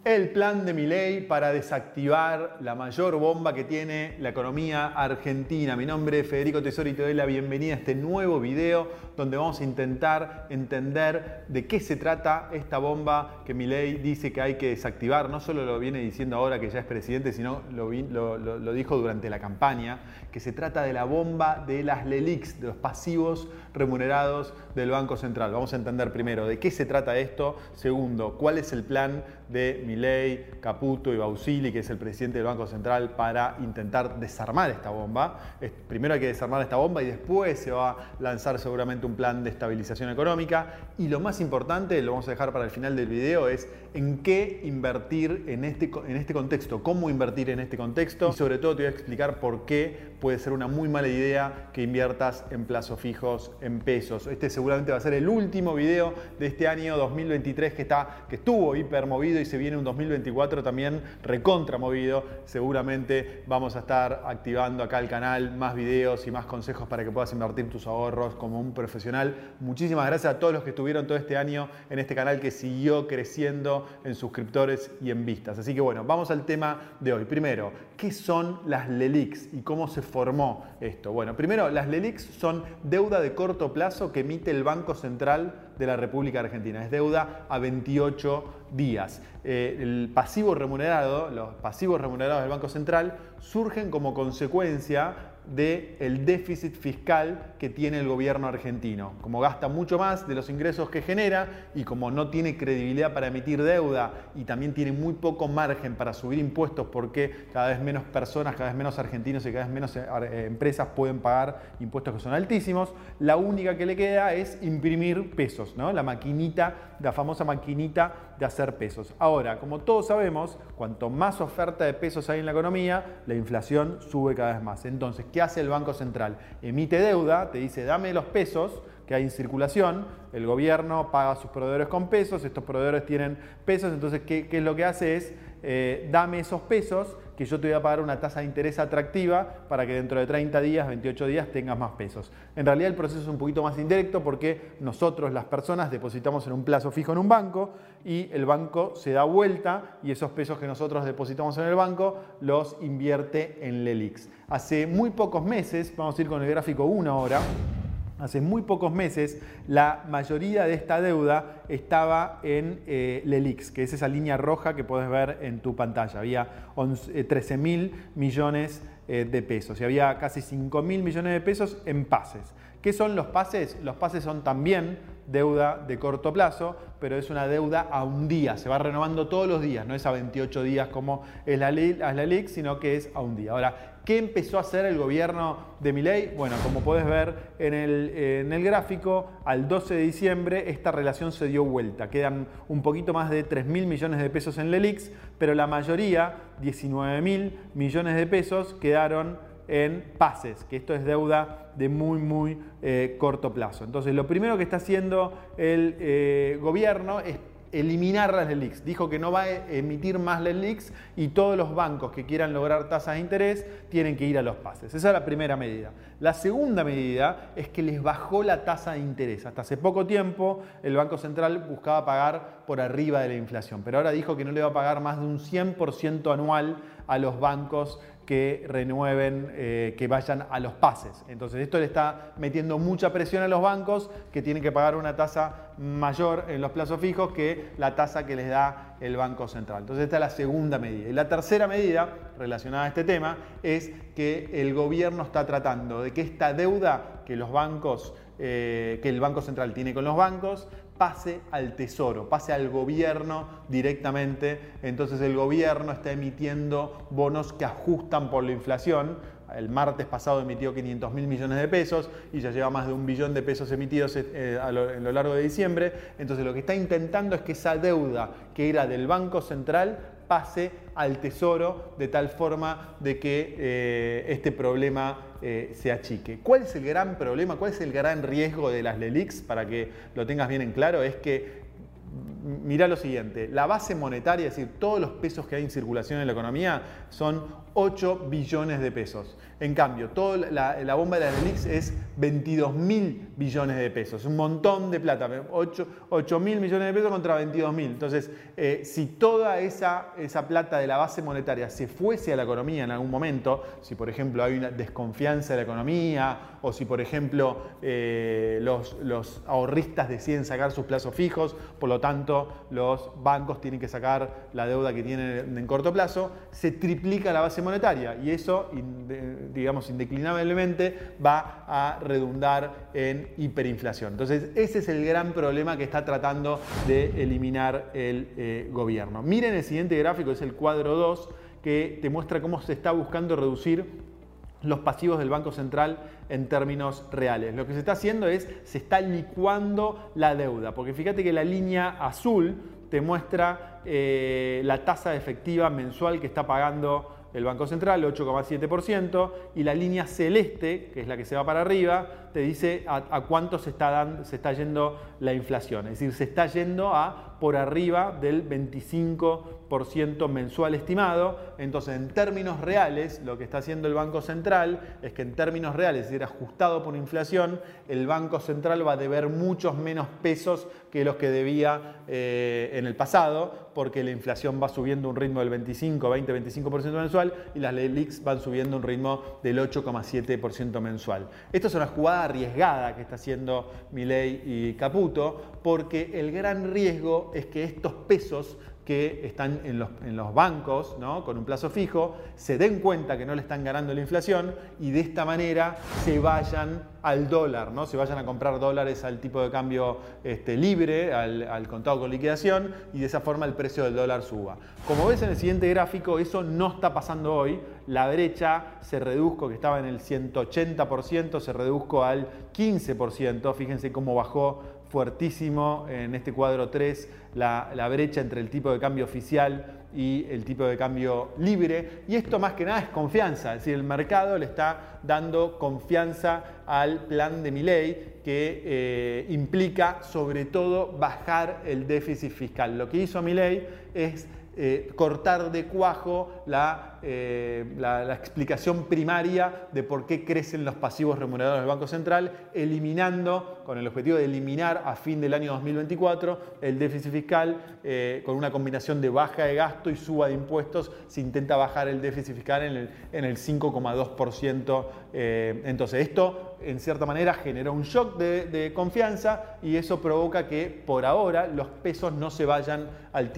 El plan de Milei para desactivar la mayor bomba que tiene la economía argentina. Mi nombre es Federico Tesoro y te doy la bienvenida a este nuevo video donde vamos a intentar entender de qué se trata esta bomba que Milei dice que hay que desactivar. No solo lo viene diciendo ahora que ya es presidente, sino lo dijo durante la campaña, que se trata de la bomba de las LELIQs, de los pasivos remunerados del Banco Central. Vamos a entender primero de qué se trata esto. Segundo, cuál es el plan de Milei, Caputo y Bausili, que es el presidente del Banco Central, para intentar desarmar esta bomba. Primero hay que desarmar esta bomba y después se va a lanzar seguramente un plan de estabilización económica. Y lo más importante, lo vamos a dejar para el final del video, es en qué invertir en este contexto, cómo invertir en este contexto. Y sobre todo te voy a explicar por qué puede ser una muy mala idea que inviertas en plazos fijos en pesos. Este seguramente va a ser el último video de este año 2023 que estuvo hiper movido y se viene un 2024 también recontra movido. Seguramente vamos a estar activando acá el canal más videos y más consejos para que puedas invertir tus ahorros como un profesional. Muchísimas gracias a todos los que estuvieron todo este año en este canal que siguió creciendo en suscriptores y en vistas. Así que bueno, vamos al tema de hoy. Primero, ¿qué son las LELIQs y cómo se formó esto? Bueno, primero, las LELIQs son deuda de corto plazo que emite el Banco Central de la República Argentina. Es deuda a 28 días. El pasivo remunerado, los pasivos remunerados del Banco Central surgen como consecuencia del déficit fiscal que tiene el gobierno argentino. Como gasta mucho más de los ingresos que genera y como no tiene credibilidad para emitir deuda y también tiene muy poco margen para subir impuestos porque cada vez menos personas, cada vez menos argentinos y cada vez menos empresas pueden pagar impuestos que son altísimos, la única que le queda es imprimir pesos, ¿no? La maquinita, la famosa maquinita de hacer pesos. Ahora, como todos sabemos, cuanto más oferta de pesos hay en la economía, la inflación sube cada vez más. Entonces, ¿qué hace el Banco Central? Emite deuda, te dice, dame los pesos que hay en circulación, el gobierno paga a sus proveedores con pesos, estos proveedores tienen pesos, entonces, ¿qué es lo que hace? Es, dame esos pesos que yo te voy a pagar una tasa de interés atractiva para que dentro de 30 días, 28 días tengas más pesos. En realidad el proceso es un poquito más indirecto porque nosotros, las personas, depositamos en un plazo fijo en un banco y el banco se da vuelta y esos pesos que nosotros depositamos en el banco los invierte en LELIQs. Hace muy pocos meses, vamos a ir con el gráfico 1 ahora, hace muy pocos meses la mayoría de esta deuda estaba en LELIQs, que es esa línea roja que puedes ver en tu pantalla. Había 13.000 millones de pesos y había casi 5.000 millones de pesos en pases. ¿Qué son los pases? Los pases son también deuda de corto plazo, pero es una deuda a un día, se va renovando todos los días, no es a 28 días como es la LELIQ, sino que es a un día. Ahora, ¿qué empezó a hacer el gobierno de Milei? Bueno, como podés ver en el gráfico, al 12 de diciembre esta relación se dio vuelta. Quedan un poquito más de 3.000 millones de pesos en LELIQs, pero la mayoría, 19.000 millones de pesos, quedaron en pases, que esto es deuda de muy corto plazo. Entonces, lo primero que está haciendo el gobierno es eliminar las LELIQs. Dijo que no va a emitir más LELIQs y todos los bancos que quieran lograr tasas de interés tienen que ir a los pases. Esa es la primera medida. La segunda medida es que les bajó la tasa de interés. Hasta hace poco tiempo el Banco Central buscaba pagar por arriba de la inflación, pero ahora dijo que no le va a pagar más de un 100% anual a los bancos que renueven, que vayan a los pases. Entonces esto le está metiendo mucha presión a los bancos que tienen que pagar una tasa mayor en los plazos fijos que la tasa que les da el Banco Central. Entonces esta es la segunda medida. Y la tercera medida relacionada a este tema es que el gobierno está tratando de que esta deuda que los bancos, que el Banco Central tiene con los bancos, pase al Tesoro, pase al gobierno directamente. Entonces el gobierno está emitiendo bonos que ajustan por la inflación. El martes pasado emitió 500.000 millones de pesos y ya lleva más de 1 billón de pesos emitidos en lo largo de diciembre. Entonces lo que está intentando es que esa deuda que era del Banco Central pase al Tesoro de tal forma de que este problema se achique. ¿Cuál es el gran problema? ¿Cuál es el gran riesgo de las LELIQs? Para que lo tengas bien en claro, es que mirá lo siguiente, la base monetaria, es decir, todos los pesos que hay en circulación en la economía son 8 billones de pesos. En cambio, toda la bomba de las LELIQs es 22.000 billones de pesos, un montón de plata, 8.000 millones de pesos contra 22.000. Entonces, si toda esa plata de la base monetaria se fuese a la economía en algún momento, si por ejemplo hay una desconfianza de la economía, o si por ejemplo los ahorristas deciden sacar sus plazos fijos, por lo tanto los bancos tienen que sacar la deuda que tienen en corto plazo, se triplica la base monetaria y eso, digamos, indeclinablemente va a redundar en hiperinflación. Entonces, ese es el gran problema que está tratando de eliminar el gobierno. Miren el siguiente gráfico, es el cuadro 2, que te muestra cómo se está buscando reducir los pasivos del Banco Central en términos reales. Lo que se está haciendo es, se está licuando la deuda, porque fíjate que la línea azul te muestra la tasa efectiva mensual que está pagando el Banco Central, 8,7%, y la línea celeste, que es la que se va para arriba, te dice a cuánto se está yendo la inflación. Es decir, se está yendo a por arriba del 25% mensual estimado. Entonces, en términos reales, lo que está haciendo el Banco Central es que en términos reales, es decir, ajustado por inflación, el Banco Central va a deber muchos menos pesos que los que debía en el pasado, porque la inflación va subiendo a un ritmo del 25% mensual y las LELIQs van subiendo a un ritmo del 8,7% mensual. Esto es una jugada arriesgada que está haciendo Milei y Caputo, porque el gran riesgo es que estos pesos que están en los bancos, ¿no?, con un plazo fijo, se den cuenta que no le están ganando la inflación y de esta manera se vayan al dólar, ¿no? Se vayan a comprar dólares al tipo de cambio libre, al contado con liquidación, y de esa forma el precio del dólar suba. Como ves en el siguiente gráfico, eso no está pasando hoy. La brecha se redujo, que estaba en el 180%, se redujo al 15%. Fíjense cómo bajó fuertísimo en este cuadro 3 la brecha entre el tipo de cambio oficial y el tipo de cambio libre, y esto más que nada es confianza, es decir, el mercado le está dando confianza al plan de Milei, que implica sobre todo bajar el déficit fiscal. Lo que hizo Milei es cortar de cuajo la explicación primaria de por qué crecen los pasivos remuneradores del Banco Central, eliminando, con el objetivo de eliminar a fin del año 2024 el déficit fiscal, con una combinación de baja de gasto y suba de impuestos, se intenta bajar el déficit fiscal en el 5,2%. Entonces esto en cierta manera generó un shock de confianza, y eso provoca que por ahora los pesos no se vayan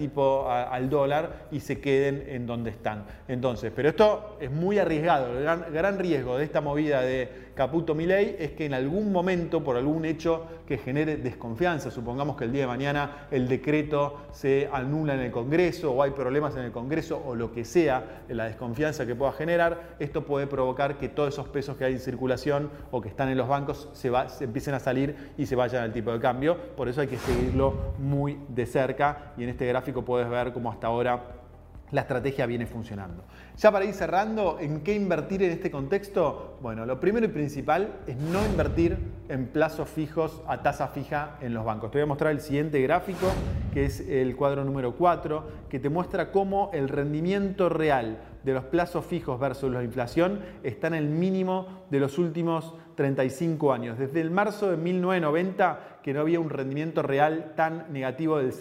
al dólar y se queden en donde están. Entonces, pero esto es muy arriesgado. El gran riesgo de esta movida de Caputo-Milei es que en algún momento, por algún hecho que genere desconfianza, supongamos que el día de mañana el decreto se anula en el Congreso, o hay problemas en el Congreso, o lo que sea, la desconfianza que pueda generar, esto puede provocar que todos esos pesos que hay en circulación o que están en los bancos se empiecen a salir y se vayan al tipo de cambio. Por eso hay que seguirlo muy de cerca, y en este gráfico puedes ver cómo hasta ahora la estrategia viene funcionando. Ya para ir cerrando, ¿en qué invertir en este contexto? Bueno, lo primero y principal es no invertir en plazos fijos a tasa fija en los bancos. Te voy a mostrar el siguiente gráfico, que es el cuadro número 4, que te muestra cómo el rendimiento real de los plazos fijos versus la inflación está en el mínimo de los últimos 35 años. Desde el marzo de 1990 que no había un rendimiento real tan negativo del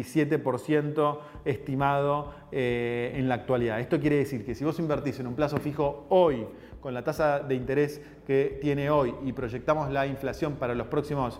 77% estimado en la actualidad. Esto quiere decir que si vos invertís en un plazo fijo hoy, con la tasa de interés que tiene hoy, y proyectamos la inflación para los próximos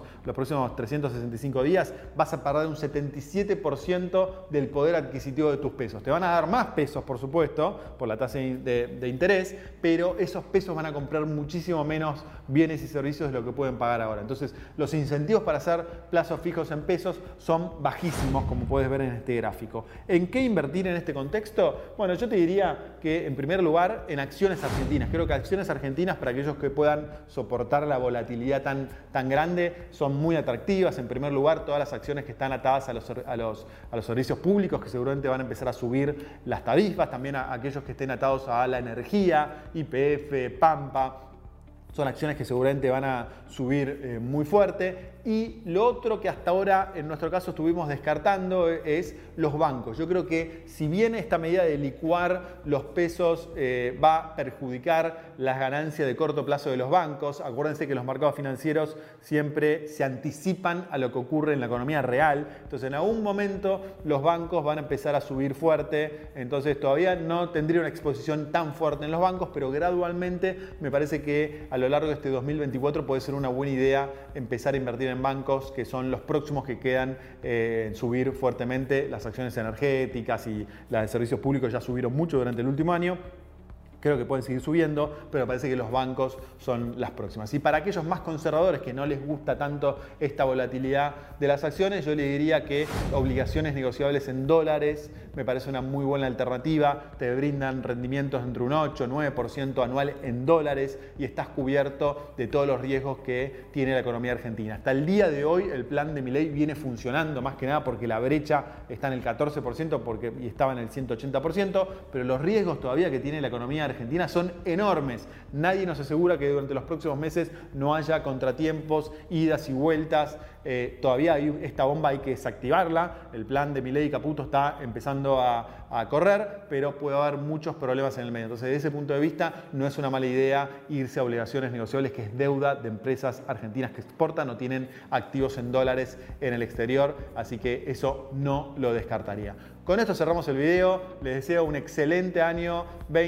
365 días, vas a perder un 77% del poder adquisitivo de tus pesos. Te van a dar más pesos, por supuesto, por la tasa de interés, pero esos pesos van a comprar muchísimo menos bienes y servicios de lo que pueden pagar ahora. Entonces, los incentivos para hacer plazos fijos en pesos son bajísimos, como puedes ver en este gráfico. ¿En qué invertir en este contexto? Bueno, yo te diría que, en primer lugar, en acciones argentinas. Creo que acciones argentinas, para aquellos que puedan soportar la volatilidad tan grande, son muy atractivas. En primer lugar, todas las acciones que están atadas a los servicios públicos, que seguramente van a empezar a subir las tarifas, también a aquellos que estén atados a la energía, YPF, Pampa. Son acciones que seguramente van a subir muy fuerte. Y lo otro que hasta ahora en nuestro caso estuvimos descartando es los bancos. Yo creo que si bien esta medida de licuar los pesos va a perjudicar las ganancias de corto plazo de los bancos, acuérdense que los mercados financieros siempre se anticipan a lo que ocurre en la economía real. Entonces en algún momento los bancos van a empezar a subir fuerte. Entonces todavía no tendría una exposición tan fuerte en los bancos, pero gradualmente me parece que a lo largo de este 2024 puede ser una buena idea empezar a invertir en bancos, que son los próximos que quedan en subir fuertemente. Las acciones energéticas y las de servicios públicos ya subieron mucho durante el último año. Creo que pueden seguir subiendo, pero parece que los bancos son las próximas. Y para aquellos más conservadores que no les gusta tanto esta volatilidad de las acciones, yo les diría que obligaciones negociables en dólares me parece una muy buena alternativa. Te brindan rendimientos entre un 8 y 9% anual en dólares y estás cubierto de todos los riesgos que tiene la economía argentina. Hasta el día de hoy el plan de Milei viene funcionando más que nada porque la brecha está en el 14% y estaba en el 180%, pero los riesgos todavía que tiene la economía argentina son enormes. Nadie nos asegura que durante los próximos meses no haya contratiempos, idas y vueltas. Todavía esta bomba hay que desactivarla. El plan de Milei y Caputo está empezando a correr, pero puede haber muchos problemas en el medio. Entonces, desde ese punto de vista, no es una mala idea irse a obligaciones negociables, que es deuda de empresas argentinas que exportan o tienen activos en dólares en el exterior. Así que eso no lo descartaría. Con esto cerramos el video. Les deseo un excelente año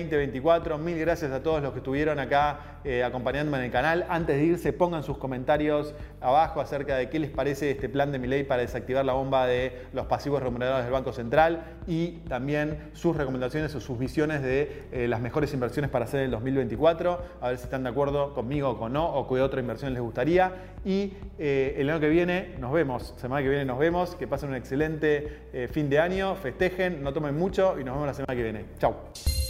2024. Mil gracias a todos los que estuvieron acá acompañándome en el canal. Antes de irse, pongan sus comentarios abajo acerca de qué les parece este plan de Milei para desactivar la bomba de los pasivos remunerados del Banco Central y también sus recomendaciones o sus visiones de las mejores inversiones para hacer en el 2024. A ver si están de acuerdo conmigo o no, o qué otra inversión les gustaría. Y el año que viene nos vemos. Semana que viene nos vemos. Que pasen un excelente fin de año. Festejen, no tomen mucho y nos vemos la semana que viene. Chau.